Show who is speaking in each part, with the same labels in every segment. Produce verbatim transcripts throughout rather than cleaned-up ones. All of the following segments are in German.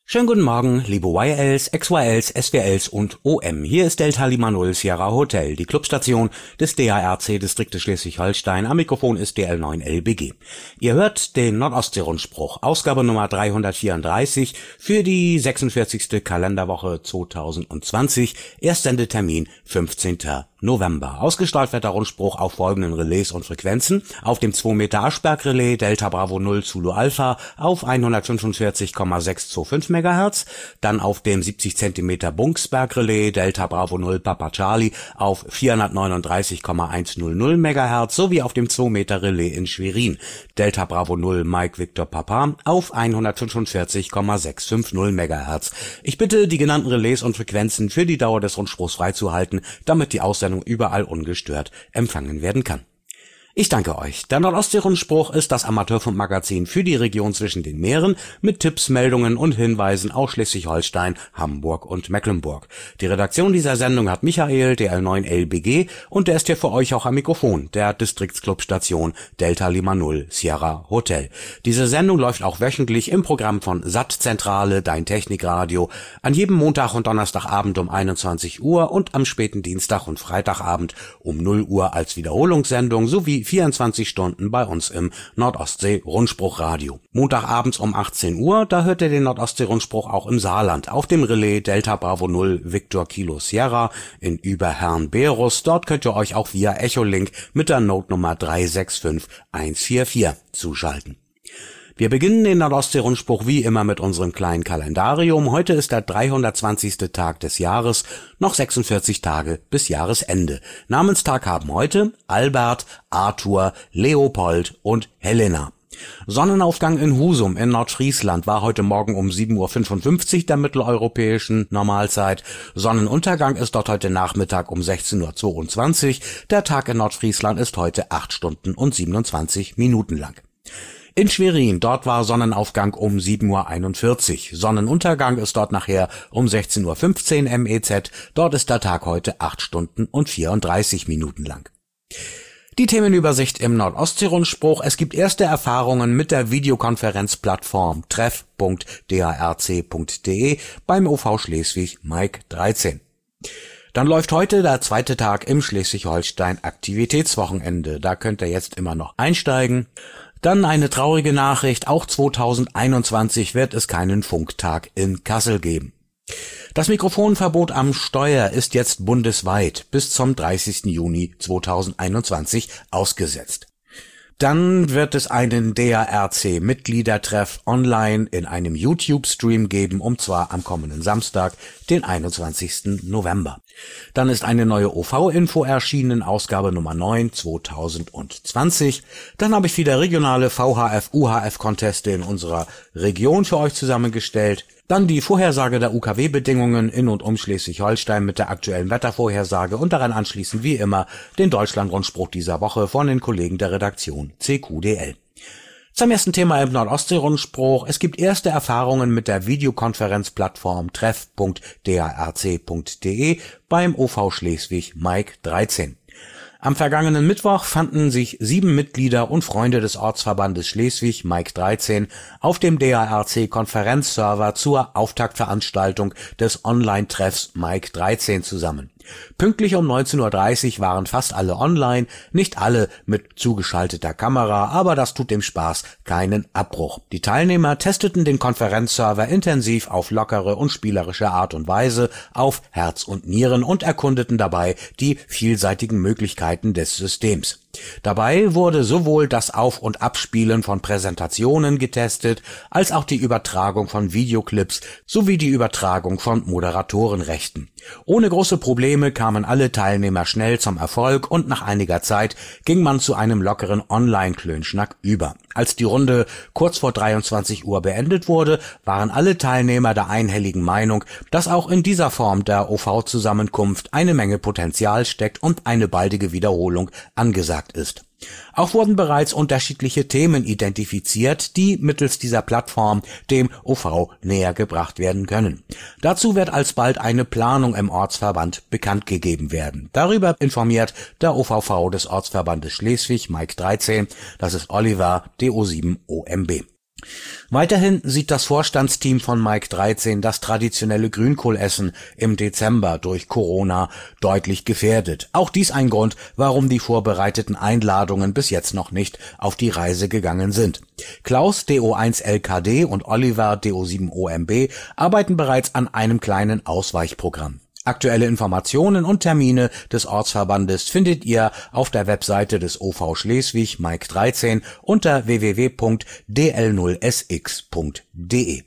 Speaker 1: Schönen guten Morgen, liebe Y Ls, X Y Ls, S W Ls und O M. Hier ist Delta Lima Null Sierra Hotel, die Clubstation des D A R C-Distriktes Schleswig-Holstein. Am Mikrofon ist D L neun L B G. Ihr hört den Nordostsee-Rundspruch, Ausgabe Nummer dreihundertvierunddreißig für die sechsundvierzigste Kalenderwoche zweitausendzwanzig, Erstsendetermin fünfzehnten November. Ausgestrahlt wird der Rundspruch auf folgenden Relais und Frequenzen: auf dem zwei Meter Aschberg-Relais Delta Bravo Null Zulu Alpha auf hundertfünfundvierzig Komma sechshundertfünfundzwanzig Megahertz, dann auf dem siebzig Zentimeter Bunksberg-Relais Delta Bravo Null Papa Charlie auf vierhundertneununddreißig Komma hundertzehn Megahertz sowie auf dem zwei Meter Relais in Schwerin Delta Bravo Null Mike Victor Papa auf hundertfünfundvierzig Komma sechshundertfünfzig Megahertz. Ich bitte, die genannten Relais und Frequenzen für die Dauer des Rundspruchs freizuhalten, damit die Aussendung überall ungestört empfangen werden kann. Ich danke euch. Der Nordostsee-Rundspruch ist das Amateurfunkmagazin für die Region zwischen den Meeren mit Tipps, Meldungen und Hinweisen aus Schleswig-Holstein, Hamburg und Mecklenburg. Die Redaktion dieser Sendung hat Michael, D L neun L B G, und der ist hier für euch auch am Mikrofon, der Distriktsclubstation Delta Lima Null Sierra Hotel. Diese Sendung läuft auch wöchentlich im Programm von S A T-Zentrale, Dein Technikradio, an jedem Montag und Donnerstagabend um einundzwanzig Uhr und am späten Dienstag und Freitagabend um null Uhr als Wiederholungssendung sowie vierundzwanzig Stunden bei uns im Nordostsee-Rundspruchradio. Montagabends um achtzehn Uhr, da hört ihr den Nordostsee-Rundspruch auch im Saarland, auf dem Relais Delta Bravo Null Victor Kilo Sierra in Überherrn-Berus. Dort könnt ihr euch auch via Echolink mit der Notenummer drei sechs fünf eins vier vier zuschalten. Wir beginnen den Nordostsee-Rundspruch wie immer mit unserem kleinen Kalendarium. Heute ist der dreihundertzwanzigste Tag des Jahres, noch sechsundvierzig Tage bis Jahresende. Namenstag haben heute Albert, Arthur, Leopold und Helena. Sonnenaufgang in Husum in Nordfriesland war heute Morgen um sieben Uhr fünfundfünfzig der mitteleuropäischen Normalzeit. Sonnenuntergang ist dort heute Nachmittag um sechzehn Uhr zweiundzwanzig. Der Tag in Nordfriesland ist heute acht Stunden und siebenundzwanzig Minuten lang. In Schwerin, dort war Sonnenaufgang um sieben Uhr einundvierzig. Sonnenuntergang ist dort nachher um sechzehn Uhr fünfzehn M E Z. Dort ist der Tag heute acht Stunden und vierunddreißig Minuten lang. Die Themenübersicht im Nordostsee-Rundspruch. Es gibt erste Erfahrungen mit der Videokonferenzplattform treff punkt d a r c punkt d e beim O V Schleswig Mike dreizehn. Dann läuft heute der zweite Tag im Schleswig-Holstein Aktivitätswochenende. Da könnt ihr jetzt immer noch einsteigen. Dann eine traurige Nachricht, auch zweitausendeinundzwanzig wird es keinen Funktag in Kassel geben. Das Mikrofonverbot am Steuer ist jetzt bundesweit bis zum dreißigsten Juni zweitausendeinundzwanzig ausgesetzt. Dann wird es einen D A R C-Mitgliedertreff online in einem YouTube-Stream geben, und zwar am kommenden Samstag, den einundzwanzigsten November. Dann ist eine neue O V-Info erschienen, Ausgabe Nummer neun zweitausendzwanzig. Dann habe ich wieder regionale V H F-U H F-Conteste in unserer Region für euch zusammengestellt. Dann die Vorhersage der U K W-Bedingungen in und um Schleswig-Holstein mit der aktuellen Wettervorhersage und daran anschließend wie immer den Deutschland-Rundspruch dieser Woche von den Kollegen der Redaktion C Q D L. Zum ersten Thema im Nordostsee-Rundspruch. Es gibt erste Erfahrungen mit der Videokonferenzplattform treff punkt d a r c punkt d e beim O V Schleswig Mike dreizehn. Am vergangenen Mittwoch fanden sich sieben Mitglieder und Freunde des Ortsverbandes Schleswig Mike dreizehn auf dem D A R C-Konferenzserver zur Auftaktveranstaltung des Online-Treffs Mike dreizehn zusammen. Pünktlich um neunzehn Uhr dreißig waren fast alle online, nicht alle mit zugeschalteter Kamera, aber das tut dem Spaß keinen Abbruch. Die Teilnehmer testeten den Konferenzserver intensiv auf lockere und spielerische Art und Weise auf Herz und Nieren und erkundeten dabei die vielseitigen Möglichkeiten des Systems. Dabei wurde sowohl das Auf- und Abspielen von Präsentationen getestet, als auch die Übertragung von Videoclips sowie die Übertragung von Moderatorenrechten. Ohne große Probleme kamen alle Teilnehmer schnell zum Erfolg und nach einiger Zeit ging man zu einem lockeren Online-Klönschnack über. Als die Runde kurz vor dreiundzwanzig Uhr beendet wurde, waren alle Teilnehmer der einhelligen Meinung, dass auch in dieser Form der O V-Zusammenkunft eine Menge Potenzial steckt und eine baldige Wiederholung angesagt ist. Auch wurden bereits unterschiedliche Themen identifiziert, die mittels dieser Plattform dem O V näher gebracht werden können. Dazu wird alsbald eine Planung im Ortsverband bekannt gegeben werden. Darüber informiert der O V V des Ortsverbandes Schleswig Mike dreizehn, das ist Oliver D O sieben O M B. Weiterhin sieht das Vorstandsteam von Mike dreizehn das traditionelle Grünkohlessen im Dezember durch Corona deutlich gefährdet. Auch dies ein Grund, warum die vorbereiteten Einladungen bis jetzt noch nicht auf die Reise gegangen sind. Klaus D O eins L K D und Oliver D O sieben O M B arbeiten bereits an einem kleinen Ausweichprogramm. Aktuelle Informationen und Termine des Ortsverbandes findet ihr auf der Webseite des O V Schleswig Mike dreizehn unter w w w punkt d l null s x punkt d e.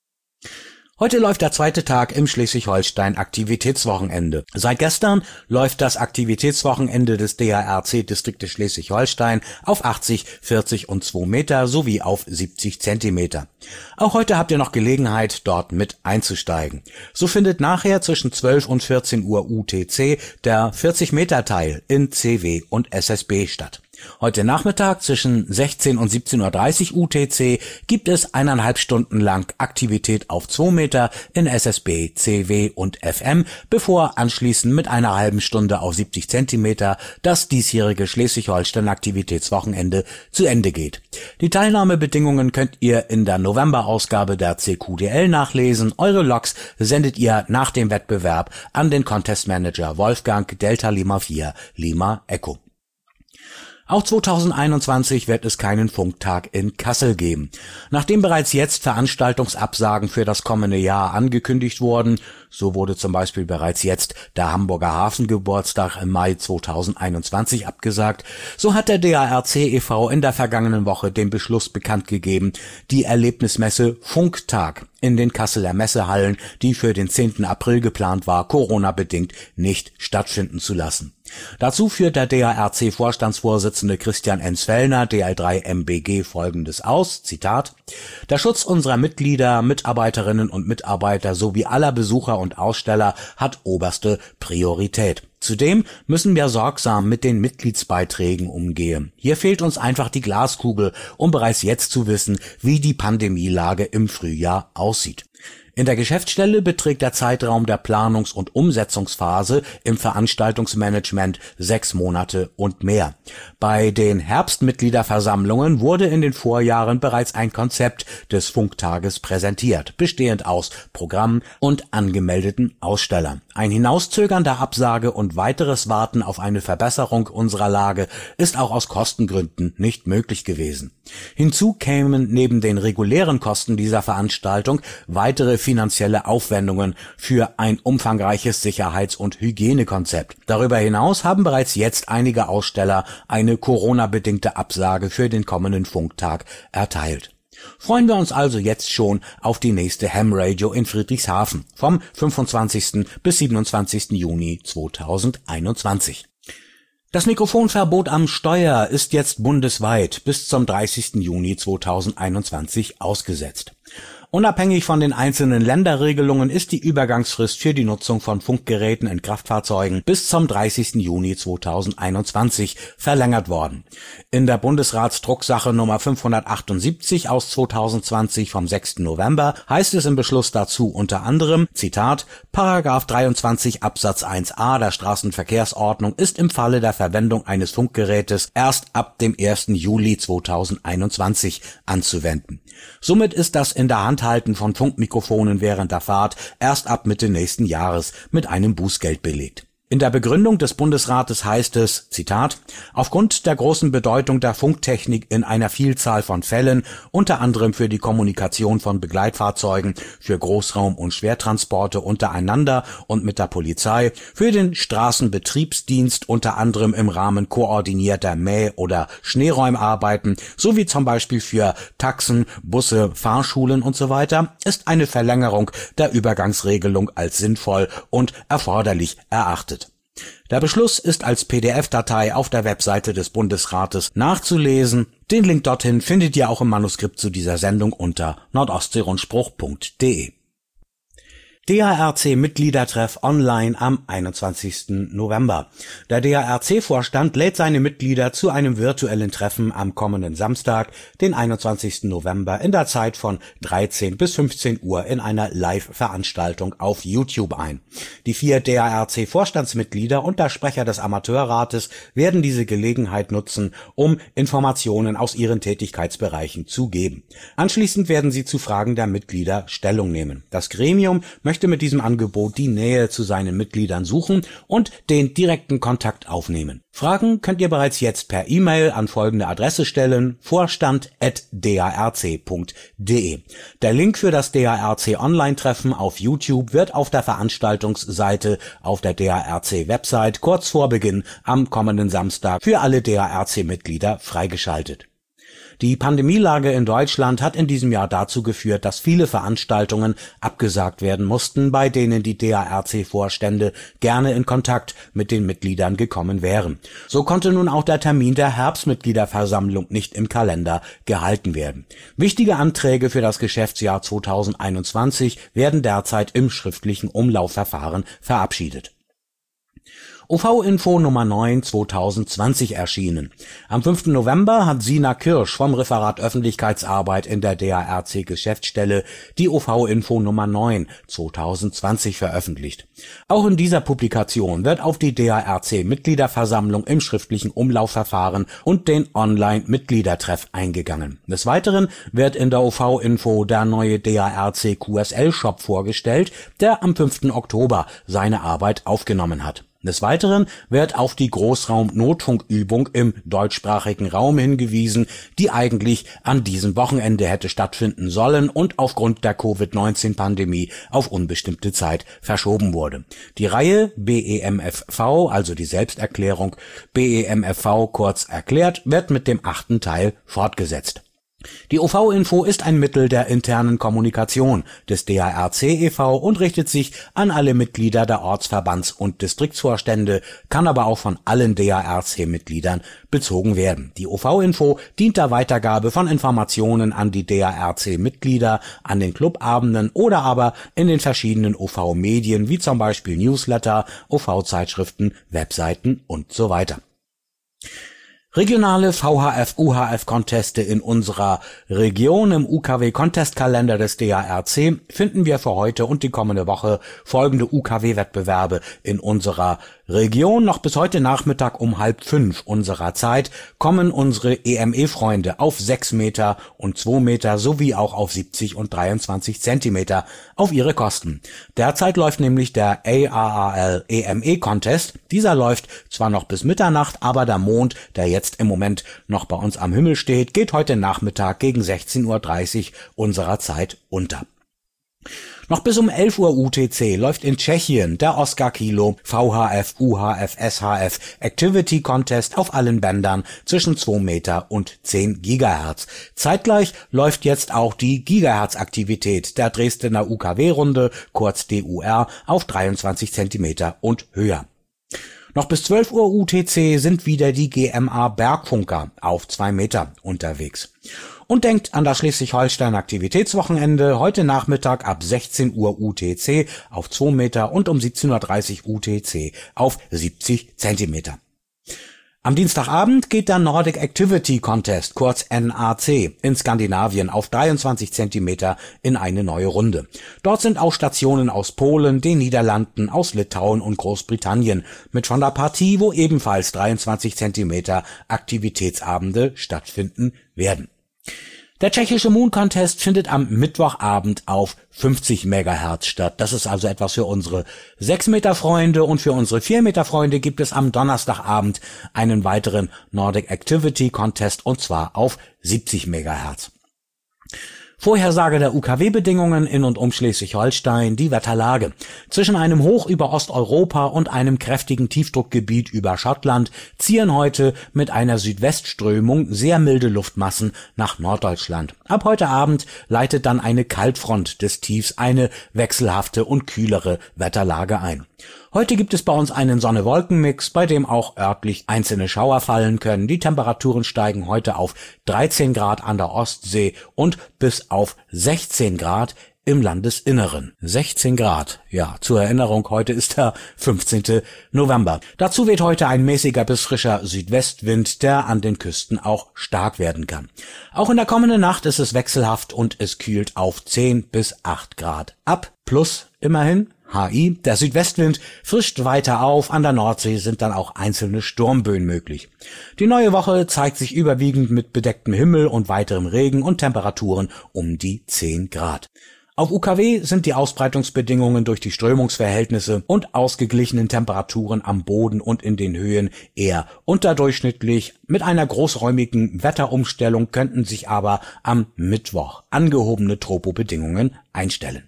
Speaker 1: Heute läuft der zweite Tag im Schleswig-Holstein-Aktivitätswochenende. Seit gestern läuft das Aktivitätswochenende des D A R C-Distriktes Schleswig-Holstein auf achtzig, vierzig und zwei Meter sowie auf siebzig Zentimeter. Auch heute habt ihr noch Gelegenheit, dort mit einzusteigen. So findet nachher zwischen zwölf und vierzehn Uhr U T C der vierzig Meter Teil in C W und S S B statt. Heute Nachmittag zwischen sechzehn und siebzehn Uhr dreißig U T C gibt es eineinhalb Stunden lang Aktivität auf zwei Meter in S S B, C W und F M, bevor anschließend mit einer halben Stunde auf siebzig Zentimeter das diesjährige Schleswig-Holstein-Aktivitätswochenende zu Ende geht. Die Teilnahmebedingungen könnt ihr in der November-Ausgabe der C Q D L nachlesen. Eure Logs sendet ihr nach dem Wettbewerb an den Contest Manager Wolfgang Delta Lima vier Lima Echo. Auch zweitausendeinundzwanzig wird es keinen Funktag in Kassel geben. Nachdem bereits jetzt Veranstaltungsabsagen für das kommende Jahr angekündigt wurden, so wurde zum Beispiel bereits jetzt der Hamburger Hafengeburtstag im Mai zweitausendeinundzwanzig abgesagt, so hat der D A R C e V in der vergangenen Woche den Beschluss bekannt gegeben, die Erlebnismesse Funktag in den Kasseler Messehallen, die für den zehnten April geplant war, Corona-bedingt nicht stattfinden zu lassen. Dazu führt der D A R C-Vorstandsvorsitzende Christian Enzfellner, D L drei M B G, Folgendes aus, Zitat: Der Schutz unserer Mitglieder, Mitarbeiterinnen und Mitarbeiter sowie aller Besucher und Aussteller hat oberste Priorität. Zudem müssen wir sorgsam mit den Mitgliedsbeiträgen umgehen. Hier fehlt uns einfach die Glaskugel, um bereits jetzt zu wissen, wie die Pandemielage im Frühjahr aussieht. In der Geschäftsstelle beträgt der Zeitraum der Planungs- und Umsetzungsphase im Veranstaltungsmanagement sechs Monate und mehr. Bei den Herbstmitgliederversammlungen wurde in den Vorjahren bereits ein Konzept des Funktages präsentiert, bestehend aus Programm und angemeldeten Ausstellern. Ein Hinauszögern der Absage und weiteres Warten auf eine Verbesserung unserer Lage ist auch aus Kostengründen nicht möglich gewesen. Hinzu kämen neben den regulären Kosten dieser Veranstaltung weitere finanzielle Aufwendungen für ein umfangreiches Sicherheits- und Hygienekonzept. Darüber hinaus haben bereits jetzt einige Aussteller eine Corona-bedingte Absage für den kommenden Funktag erteilt. Freuen wir uns also jetzt schon auf die nächste Ham Radio in Friedrichshafen vom fünfundzwanzigsten bis siebenundzwanzigsten Juni zweitausendeinundzwanzig. Das Mikrofonverbot am Steuer ist jetzt bundesweit bis zum dreißigsten Juni zweitausendeinundzwanzig ausgesetzt. Unabhängig von den einzelnen Länderregelungen ist die Übergangsfrist für die Nutzung von Funkgeräten in Kraftfahrzeugen bis zum dreißigsten Juni zweitausendeinundzwanzig verlängert worden. In der Bundesratsdrucksache Nummer fünfhundertachtundsiebzig aus zweitausendzwanzig vom sechsten November heißt es im Beschluss dazu unter anderem, Zitat, Paragraph dreiundzwanzig Absatz eins a der Straßenverkehrsordnung ist im Falle der Verwendung eines Funkgerätes erst ab dem ersten Juli zweitausendeinundzwanzig anzuwenden. Somit ist das in der Handhalten von Funkmikrofonen während der Fahrt erst ab Mitte nächsten Jahres mit einem Bußgeld belegt. In der Begründung des Bundesrates heißt es, Zitat, aufgrund der großen Bedeutung der Funktechnik in einer Vielzahl von Fällen, unter anderem für die Kommunikation von Begleitfahrzeugen, für Großraum- und Schwertransporte untereinander und mit der Polizei, für den Straßenbetriebsdienst unter anderem im Rahmen koordinierter Mäh- oder Schneeräumarbeiten, sowie zum Beispiel für Taxen, Busse, Fahrschulen und so weiter, ist eine Verlängerung der Übergangsregelung als sinnvoll und erforderlich erachtet. Der Beschluss ist als P D F-Datei auf der Webseite des Bundesrates nachzulesen. Den Link dorthin findet ihr auch im Manuskript zu dieser Sendung unter nordostseerundspruch punkt de. D A R C-Mitgliedertreff online am einundzwanzigsten November. Der D A R C-Vorstand lädt seine Mitglieder zu einem virtuellen Treffen am kommenden Samstag, den einundzwanzigsten November, in der Zeit von dreizehn bis fünfzehn Uhr in einer Live-Veranstaltung auf YouTube ein. Die vier D A R C-Vorstandsmitglieder und der Sprecher des Amateurrates werden diese Gelegenheit nutzen, um Informationen aus ihren Tätigkeitsbereichen zu geben. Anschließend werden sie zu Fragen der Mitglieder Stellung nehmen. Das Gremium möchte mit diesem Angebot die Nähe zu seinen Mitgliedern suchen und den direkten Kontakt aufnehmen. Fragen könnt ihr bereits jetzt per E-Mail an folgende Adresse stellen: vorstand at d a r c punkt d e. Der Link für das D A R C-Online-Treffen auf YouTube wird auf der Veranstaltungsseite auf der D A R C-Website kurz vor Beginn am kommenden Samstag für alle D A R C-Mitglieder freigeschaltet. Die Pandemielage in Deutschland hat in diesem Jahr dazu geführt, dass viele Veranstaltungen abgesagt werden mussten, bei denen die D A R C-Vorstände gerne in Kontakt mit den Mitgliedern gekommen wären. So konnte nun auch der Termin der Herbstmitgliederversammlung nicht im Kalender gehalten werden. Wichtige Anträge für das Geschäftsjahr zweitausendeinundzwanzig werden derzeit im schriftlichen Umlaufverfahren verabschiedet. O V-Info Nummer neun zweitausendzwanzig erschienen. Am fünften November hat Sina Kirsch vom Referat Öffentlichkeitsarbeit in der D A R C-Geschäftsstelle die O V-Info Nummer neun zweitausendzwanzig veröffentlicht. Auch in dieser Publikation wird auf die D A R C-Mitgliederversammlung im schriftlichen Umlaufverfahren und den Online-Mitgliedertreff eingegangen. Des Weiteren wird in der O V-Info der neue D A R C-Q S L-Shop vorgestellt, der am fünften Oktober seine Arbeit aufgenommen hat. Des Weiteren wird auf die Großraum-Notfunkübung im deutschsprachigen Raum hingewiesen, die eigentlich an diesem Wochenende hätte stattfinden sollen und aufgrund der Covid neunzehn Pandemie auf unbestimmte Zeit verschoben wurde. Die Reihe B E M F V, also die Selbsterklärung B E M F V kurz erklärt, wird mit dem achten Teil fortgesetzt. Die O V-Info ist ein Mittel der internen Kommunikation des D A R C e V und richtet sich an alle Mitglieder der Ortsverbands- und Distriktsvorstände, kann aber auch von allen D A R C-Mitgliedern bezogen werden. Die O V-Info dient der Weitergabe von Informationen an die D A R C-Mitglieder, an den Clubabenden oder aber in den verschiedenen O V-Medien, wie zum Beispiel Newsletter, O V-Zeitschriften, Webseiten und so weiter. Regionale V H F-U H F-Conteste in unserer Region im U K W-Contestkalender des D A R C finden wir für heute und die kommende Woche folgende U K W-Wettbewerbe in unserer Region. Noch bis heute Nachmittag um halb fünf unserer Zeit kommen unsere E M E-Freunde auf sechs Meter und zwei Meter sowie auch auf siebzig und dreiundzwanzig Zentimeter auf ihre Kosten. Derzeit läuft nämlich der A R A L E M E-Contest. Dieser läuft zwar noch bis Mitternacht, aber der Mond, der jetzt im Moment noch bei uns am Himmel steht, geht heute Nachmittag gegen sechzehn Uhr dreißig unserer Zeit unter. Noch bis um elf Uhr U T C läuft in Tschechien der Oscar Kilo V H F-U H F-S H F Activity Contest auf allen Bändern zwischen zwei Meter und zehn Gigahertz. Zeitgleich läuft jetzt auch die Gigahertz-Aktivität der Dresdner U K W-Runde, kurz D U R, auf dreiundzwanzig Zentimeter und höher. Noch bis zwölf Uhr U T C sind wieder die G M A Bergfunker auf zwei Meter unterwegs. Und denkt an das Schleswig-Holstein-Aktivitätswochenende heute Nachmittag ab sechzehn Uhr U T C auf zwei Meter und um siebzehn Uhr dreißig U T C auf siebzig Zentimeter. Am Dienstagabend geht der Nordic Activity Contest, kurz N A C, in Skandinavien auf dreiundzwanzig Zentimeter in eine neue Runde. Dort sind auch Stationen aus Polen, den Niederlanden, aus Litauen und Großbritannien mit von der Partie, wo ebenfalls dreiundzwanzig Zentimeter Aktivitätsabende stattfinden werden. Der tschechische Moon Contest findet am Mittwochabend auf fünfzig Megahertz statt. Das ist also etwas für unsere sechs Meter Freunde, und für unsere vier Meter Freunde gibt es am Donnerstagabend einen weiteren Nordic Activity Contest, und zwar auf siebzig Megahertz. Vorhersage der U K W-Bedingungen in und um Schleswig-Holstein, die Wetterlage. Zwischen einem Hoch über Osteuropa und einem kräftigen Tiefdruckgebiet über Schottland ziehen heute mit einer Südwestströmung sehr milde Luftmassen nach Norddeutschland. Ab heute Abend leitet dann eine Kaltfront des Tiefs eine wechselhafte und kühlere Wetterlage ein. Heute gibt es bei uns einen Sonne-Wolken-Mix, bei dem auch örtlich einzelne Schauer fallen können. Die Temperaturen steigen heute auf dreizehn Grad an der Ostsee und bis auf sechzehn Grad im Landesinneren. sechzehn Grad. Ja, zur Erinnerung, heute ist der fünfzehnten November. Dazu weht heute ein mäßiger bis frischer Südwestwind, der an den Küsten auch stark werden kann. Auch in der kommenden Nacht ist es wechselhaft und es kühlt auf zehn bis acht Grad ab. Plus immerhin H I. Der Südwestwind frischt weiter auf, an der Nordsee sind dann auch einzelne Sturmböen möglich. Die neue Woche zeigt sich überwiegend mit bedecktem Himmel und weiterem Regen und Temperaturen um die zehn Grad. Auf U K W sind die Ausbreitungsbedingungen durch die Strömungsverhältnisse und ausgeglichenen Temperaturen am Boden und in den Höhen eher unterdurchschnittlich. Mit einer großräumigen Wetterumstellung könnten sich aber am Mittwoch angehobene Tropobedingungen einstellen.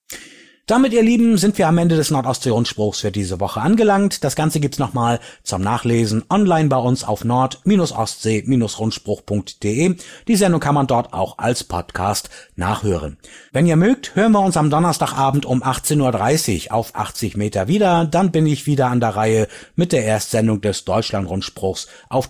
Speaker 1: Damit, ihr Lieben, sind wir am Ende des Nordostsee-Rundspruchs für diese Woche angelangt. Das Ganze gibt's nochmal zum Nachlesen online bei uns auf nord ostsee rundspruch punkt de. Die Sendung kann man dort auch als Podcast nachhören. Wenn ihr mögt, hören wir uns am Donnerstagabend um achtzehn Uhr dreißig auf achtzig Meter wieder. Dann bin ich wieder an der Reihe mit der Erstsendung des Deutschland-Rundspruchs auf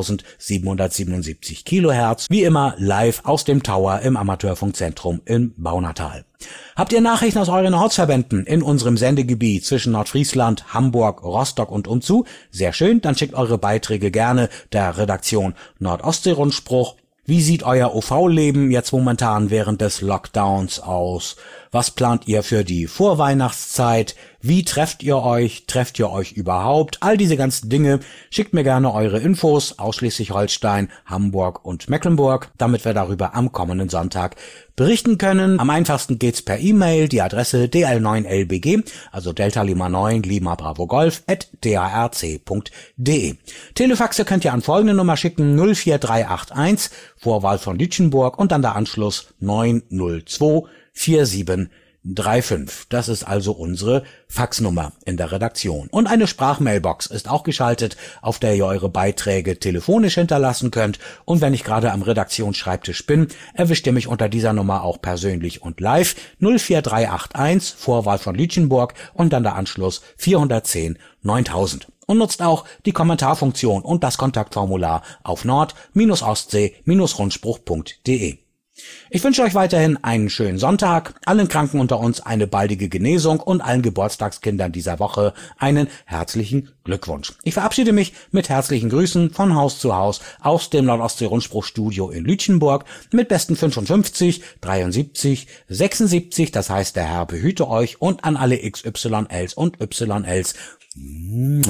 Speaker 1: dreitausendsiebenhundertsiebenundsiebzig Kilohertz. Wie immer live aus dem Tower im Amateurfunkzentrum in Baunatal. Habt ihr Nachrichten aus euren Ortsverbänden in unserem Sendegebiet zwischen Nordfriesland, Hamburg, Rostock und umzu? Sehr schön, dann schickt eure Beiträge gerne der Redaktion Nordostsee-Rundspruch. Wie sieht euer O V-Leben jetzt momentan während des Lockdowns aus? Was plant ihr für die Vorweihnachtszeit? Wie trefft ihr euch? Trefft ihr euch überhaupt? All diese ganzen Dinge. Schickt mir gerne eure Infos aus Schleswig-Holstein, Hamburg und Mecklenburg, damit wir darüber am kommenden Sonntag berichten können. Am einfachsten geht's per E-Mail, die Adresse d l neun l b g, also Delta Lima neun Lima Bravo Golf at d a r c punkt de. Telefaxe könnt ihr an folgende Nummer schicken: null vier drei acht eins, Vorwahl von Lütchenburg und dann der Anschluss neun null zwei vier sieben drei fünf. Das ist also unsere Faxnummer in der Redaktion. Und eine Sprachmailbox ist auch geschaltet, auf der ihr eure Beiträge telefonisch hinterlassen könnt. Und wenn ich gerade am Redaktionsschreibtisch bin, erwischt ihr mich unter dieser Nummer auch persönlich und live. null vier drei acht eins, Vorwahl von Lütchenburg und dann der Anschluss vierhundertzehn neuntausend. Und nutzt auch die Kommentarfunktion und das Kontaktformular auf nord ostsee rundspruch punkt de. Ich wünsche euch weiterhin einen schönen Sonntag, allen Kranken unter uns eine baldige Genesung und allen Geburtstagskindern dieser Woche einen herzlichen Glückwunsch. Ich verabschiede mich mit herzlichen Grüßen von Haus zu Haus aus dem Nordostsee-Rundspruch-Studio in Lütchenburg mit besten fünfundfünfzig, dreiundsiebzig, sechsundsiebzig, das heißt, der Herr behüte euch, und an alle X Y Ls und Y Ls.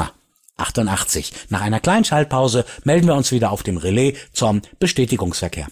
Speaker 1: achtundachtzig. Nach einer kleinen Schaltpause melden wir uns wieder auf dem Relais zum Bestätigungsverkehr.